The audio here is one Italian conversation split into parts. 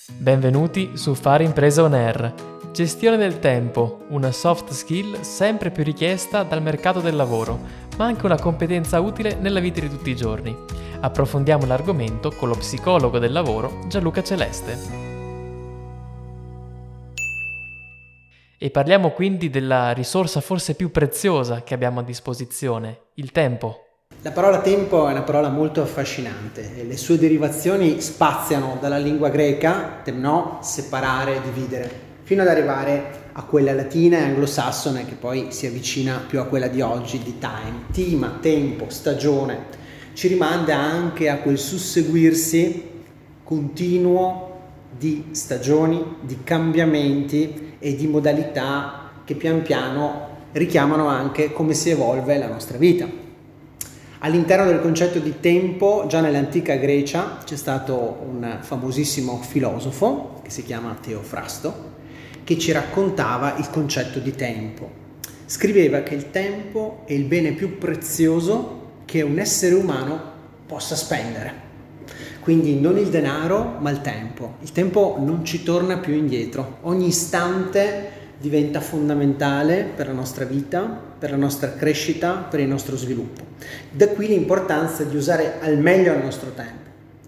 Benvenuti su Fare Impresa On Air. Gestione del tempo, una soft skill sempre più richiesta dal mercato del lavoro, ma anche una competenza utile nella vita di tutti i giorni. Approfondiamo l'argomento con lo psicologo del lavoro Gianluca Celeste. E parliamo quindi della risorsa forse più preziosa che abbiamo a disposizione, il tempo. La parola tempo è una parola molto affascinante e le sue derivazioni spaziano dalla lingua greca, temno, separare, dividere, fino ad arrivare a quella latina e anglosassone che poi si avvicina più a quella di oggi, di time, tima, tempo, stagione. Ci rimanda anche a quel susseguirsi continuo di stagioni, di cambiamenti e di modalità che pian piano richiamano anche come si evolve la nostra vita. All'interno del concetto di tempo, già nell'antica Grecia c'è stato un famosissimo filosofo che si chiama Teofrasto, che ci raccontava il concetto di tempo. Scriveva che il tempo è il bene più prezioso che un essere umano possa spendere. Quindi non il denaro, ma il tempo. Il tempo non ci torna più indietro. Ogni istante diventa fondamentale per la nostra vita, per la nostra crescita, per il nostro sviluppo. Da qui l'importanza di usare al meglio il nostro tempo.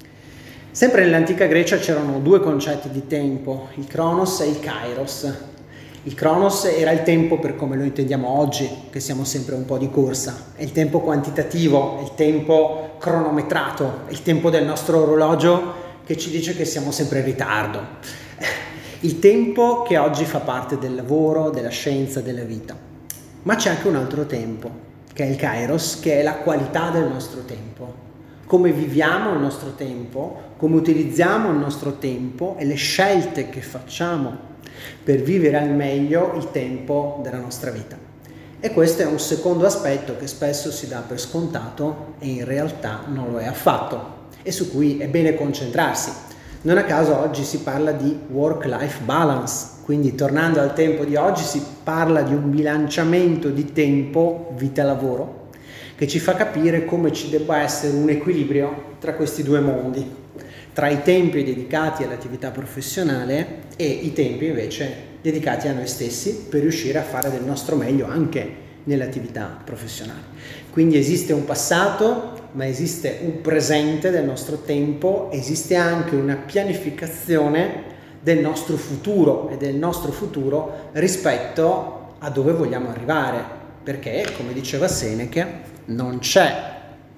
Sempre nell'antica Grecia c'erano due concetti di tempo, il Kronos e il Kairos. Il Kronos era il tempo per come lo intendiamo oggi, che siamo sempre un po' di corsa. È il tempo quantitativo, è il tempo cronometrato, è il tempo del nostro orologio che ci dice che siamo sempre in ritardo. Il tempo che oggi fa parte del lavoro, della scienza, della vita. Ma c'è anche un altro tempo, che è il Kairos, che è la qualità del nostro tempo. Come viviamo il nostro tempo, come utilizziamo il nostro tempo e le scelte che facciamo per vivere al meglio il tempo della nostra vita. E questo è un secondo aspetto che spesso si dà per scontato e in realtà non lo è affatto e su cui è bene concentrarsi. Non a caso oggi si parla di work-life balance, quindi tornando al tempo di oggi si parla di un bilanciamento di tempo vita-lavoro che ci fa capire come ci debba essere un equilibrio tra questi due mondi, tra i tempi dedicati all'attività professionale e i tempi invece dedicati a noi stessi per riuscire a fare del nostro meglio anche nell'attività professionale. Quindi esiste un passato, ma esiste un presente del nostro tempo, esiste anche una pianificazione del nostro futuro e del nostro futuro rispetto a dove vogliamo arrivare, perché, come diceva Seneca, non c'è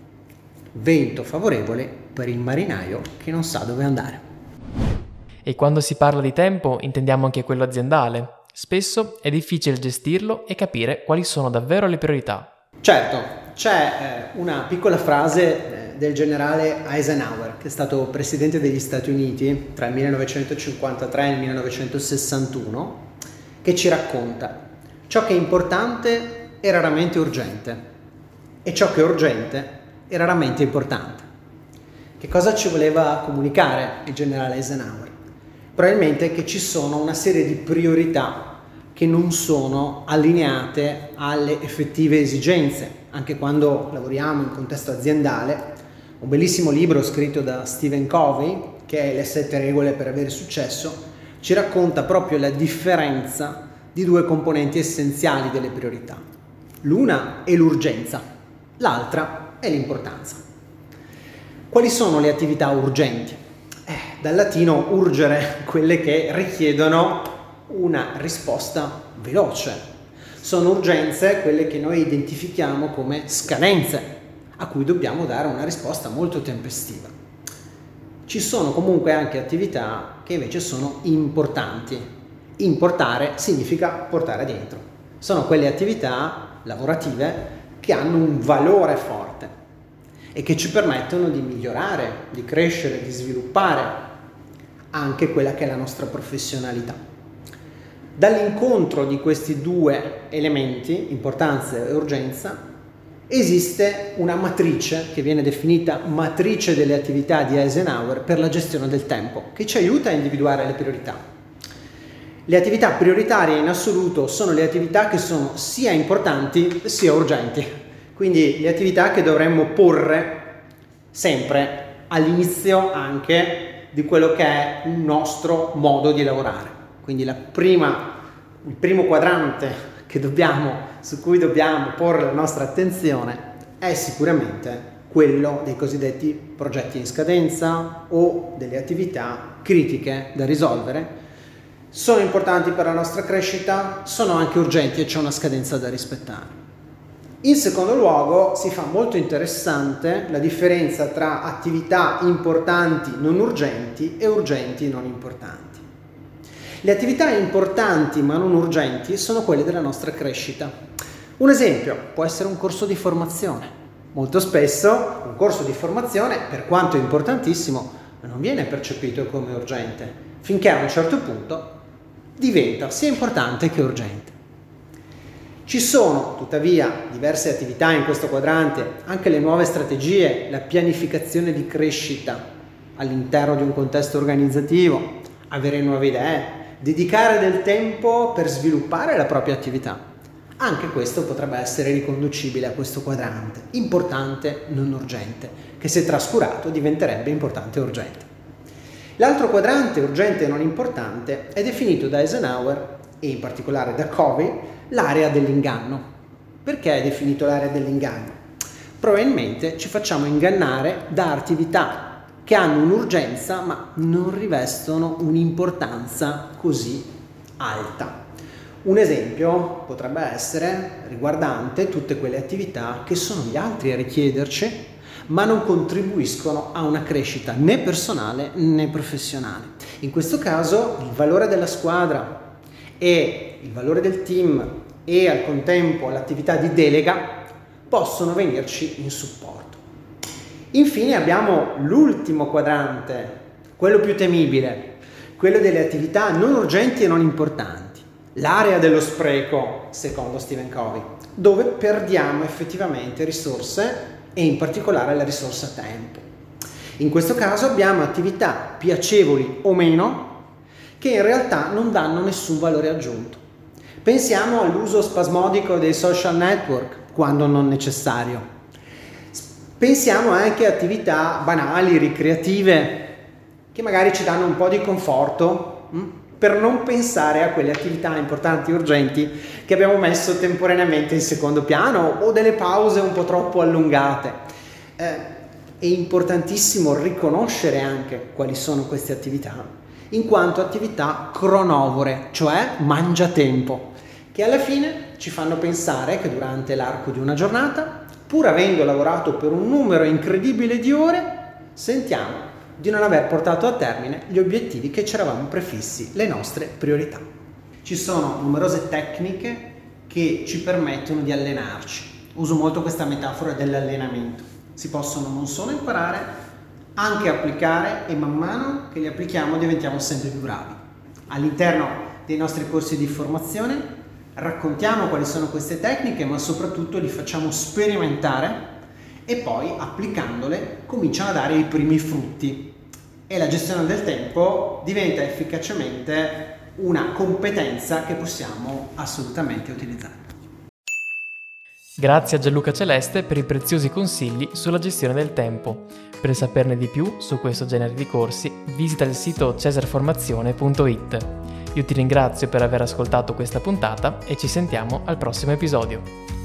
vento favorevole per il marinaio che non sa dove andare. E quando si parla di tempo intendiamo anche quello aziendale. Spesso è difficile gestirlo e capire quali sono davvero le priorità. Certo, c'è una piccola frase del generale Eisenhower, che è stato presidente degli Stati Uniti tra il 1953 e il 1961, che ci racconta: ciò che è importante è raramente urgente e ciò che è urgente è raramente importante. Che cosa ci voleva comunicare il generale Eisenhower? Probabilmente che ci sono una serie di priorità che non sono allineate alle effettive esigenze, anche quando lavoriamo in contesto aziendale. Un bellissimo libro scritto da Stephen Covey, che è Le 7 regole per avere successo, ci racconta proprio la differenza di due componenti essenziali delle priorità. L'una è l'urgenza, l'altra è l'importanza. Quali sono le attività urgenti? Dal latino urgere, quelle che richiedono una risposta veloce. Sono urgenze quelle che noi identifichiamo come scadenze, a cui dobbiamo dare una risposta molto tempestiva. Ci sono comunque anche attività che invece sono importanti. Importare significa portare dentro. Sono quelle attività lavorative che hanno un valore forte e che ci permettono di migliorare, di crescere, di sviluppare anche quella che è la nostra professionalità. Dall'incontro di questi due elementi, importanza e urgenza, esiste una matrice che viene definita matrice delle attività di Eisenhower per la gestione del tempo, che ci aiuta a individuare le priorità. Le attività prioritarie in assoluto sono le attività che sono sia importanti sia urgenti, quindi le attività che dovremmo porre sempre all'inizio anche di quello che è il nostro modo di lavorare. Quindi il primo quadrante su cui dobbiamo porre la nostra attenzione è sicuramente quello dei cosiddetti progetti in scadenza o delle attività critiche da risolvere. Sono importanti per la nostra crescita, sono anche urgenti e c'è una scadenza da rispettare. In secondo luogo, si fa molto interessante la differenza tra attività importanti non urgenti e urgenti non importanti. Le attività importanti ma non urgenti sono quelle della nostra crescita. Un esempio può essere un corso di formazione. Molto spesso un corso di formazione, per quanto importantissimo, non viene percepito come urgente, finché a un certo punto diventa sia importante che urgente. Ci sono tuttavia diverse attività in questo quadrante, anche le nuove strategie, la pianificazione di crescita all'interno di un contesto organizzativo, avere nuove idee, dedicare del tempo per sviluppare la propria attività. Anche questo potrebbe essere riconducibile a questo quadrante, importante non urgente, che se trascurato diventerebbe importante e urgente. L'altro quadrante, urgente e non importante, è definito da Eisenhower e in particolare da Covey l'area dell'inganno. Perché è definito l'area dell'inganno? Probabilmente ci facciamo ingannare da attività che hanno un'urgenza ma non rivestono un'importanza così alta. Un esempio potrebbe essere riguardante tutte quelle attività che sono gli altri a richiederci ma non contribuiscono a una crescita né personale né professionale. In questo caso il valore della squadra e il valore del team e al contempo l'attività di delega possono venirci in supporto. Infine abbiamo l'ultimo quadrante, quello più temibile, quello delle attività non urgenti e non importanti, l'area dello spreco, secondo Stephen Covey, dove perdiamo effettivamente risorse e in particolare la risorsa tempo. In questo caso abbiamo attività piacevoli o meno che in realtà non danno nessun valore aggiunto. Pensiamo all'uso spasmodico dei social network quando non necessario. Pensiamo anche a attività banali, ricreative, che magari ci danno un po' di conforto, per non pensare a quelle attività importanti e urgenti che abbiamo messo temporaneamente in secondo piano o delle pause un po' troppo allungate. È importantissimo riconoscere anche quali sono queste attività, in quanto attività cronovore, cioè mangiatempo, che alla fine ci fanno pensare che durante l'arco di una giornata, pur avendo lavorato per un numero incredibile di ore, sentiamo di non aver portato a termine gli obiettivi che ci eravamo prefissi, le nostre priorità. Ci sono numerose tecniche che ci permettono di allenarci. Uso molto questa metafora dell'allenamento. Si possono non solo imparare, anche applicare e man mano che li applichiamo diventiamo sempre più bravi. All'interno dei nostri corsi di formazione raccontiamo quali sono queste tecniche, ma soprattutto li facciamo sperimentare e poi applicandole cominciano a dare i primi frutti e la gestione del tempo diventa efficacemente una competenza che possiamo assolutamente utilizzare. Grazie a Gianluca Celeste per i preziosi consigli sulla gestione del tempo. Per saperne di più su questo genere di corsi, visita il sito cesarformazione.it. Io ti ringrazio per aver ascoltato questa puntata e ci sentiamo al prossimo episodio.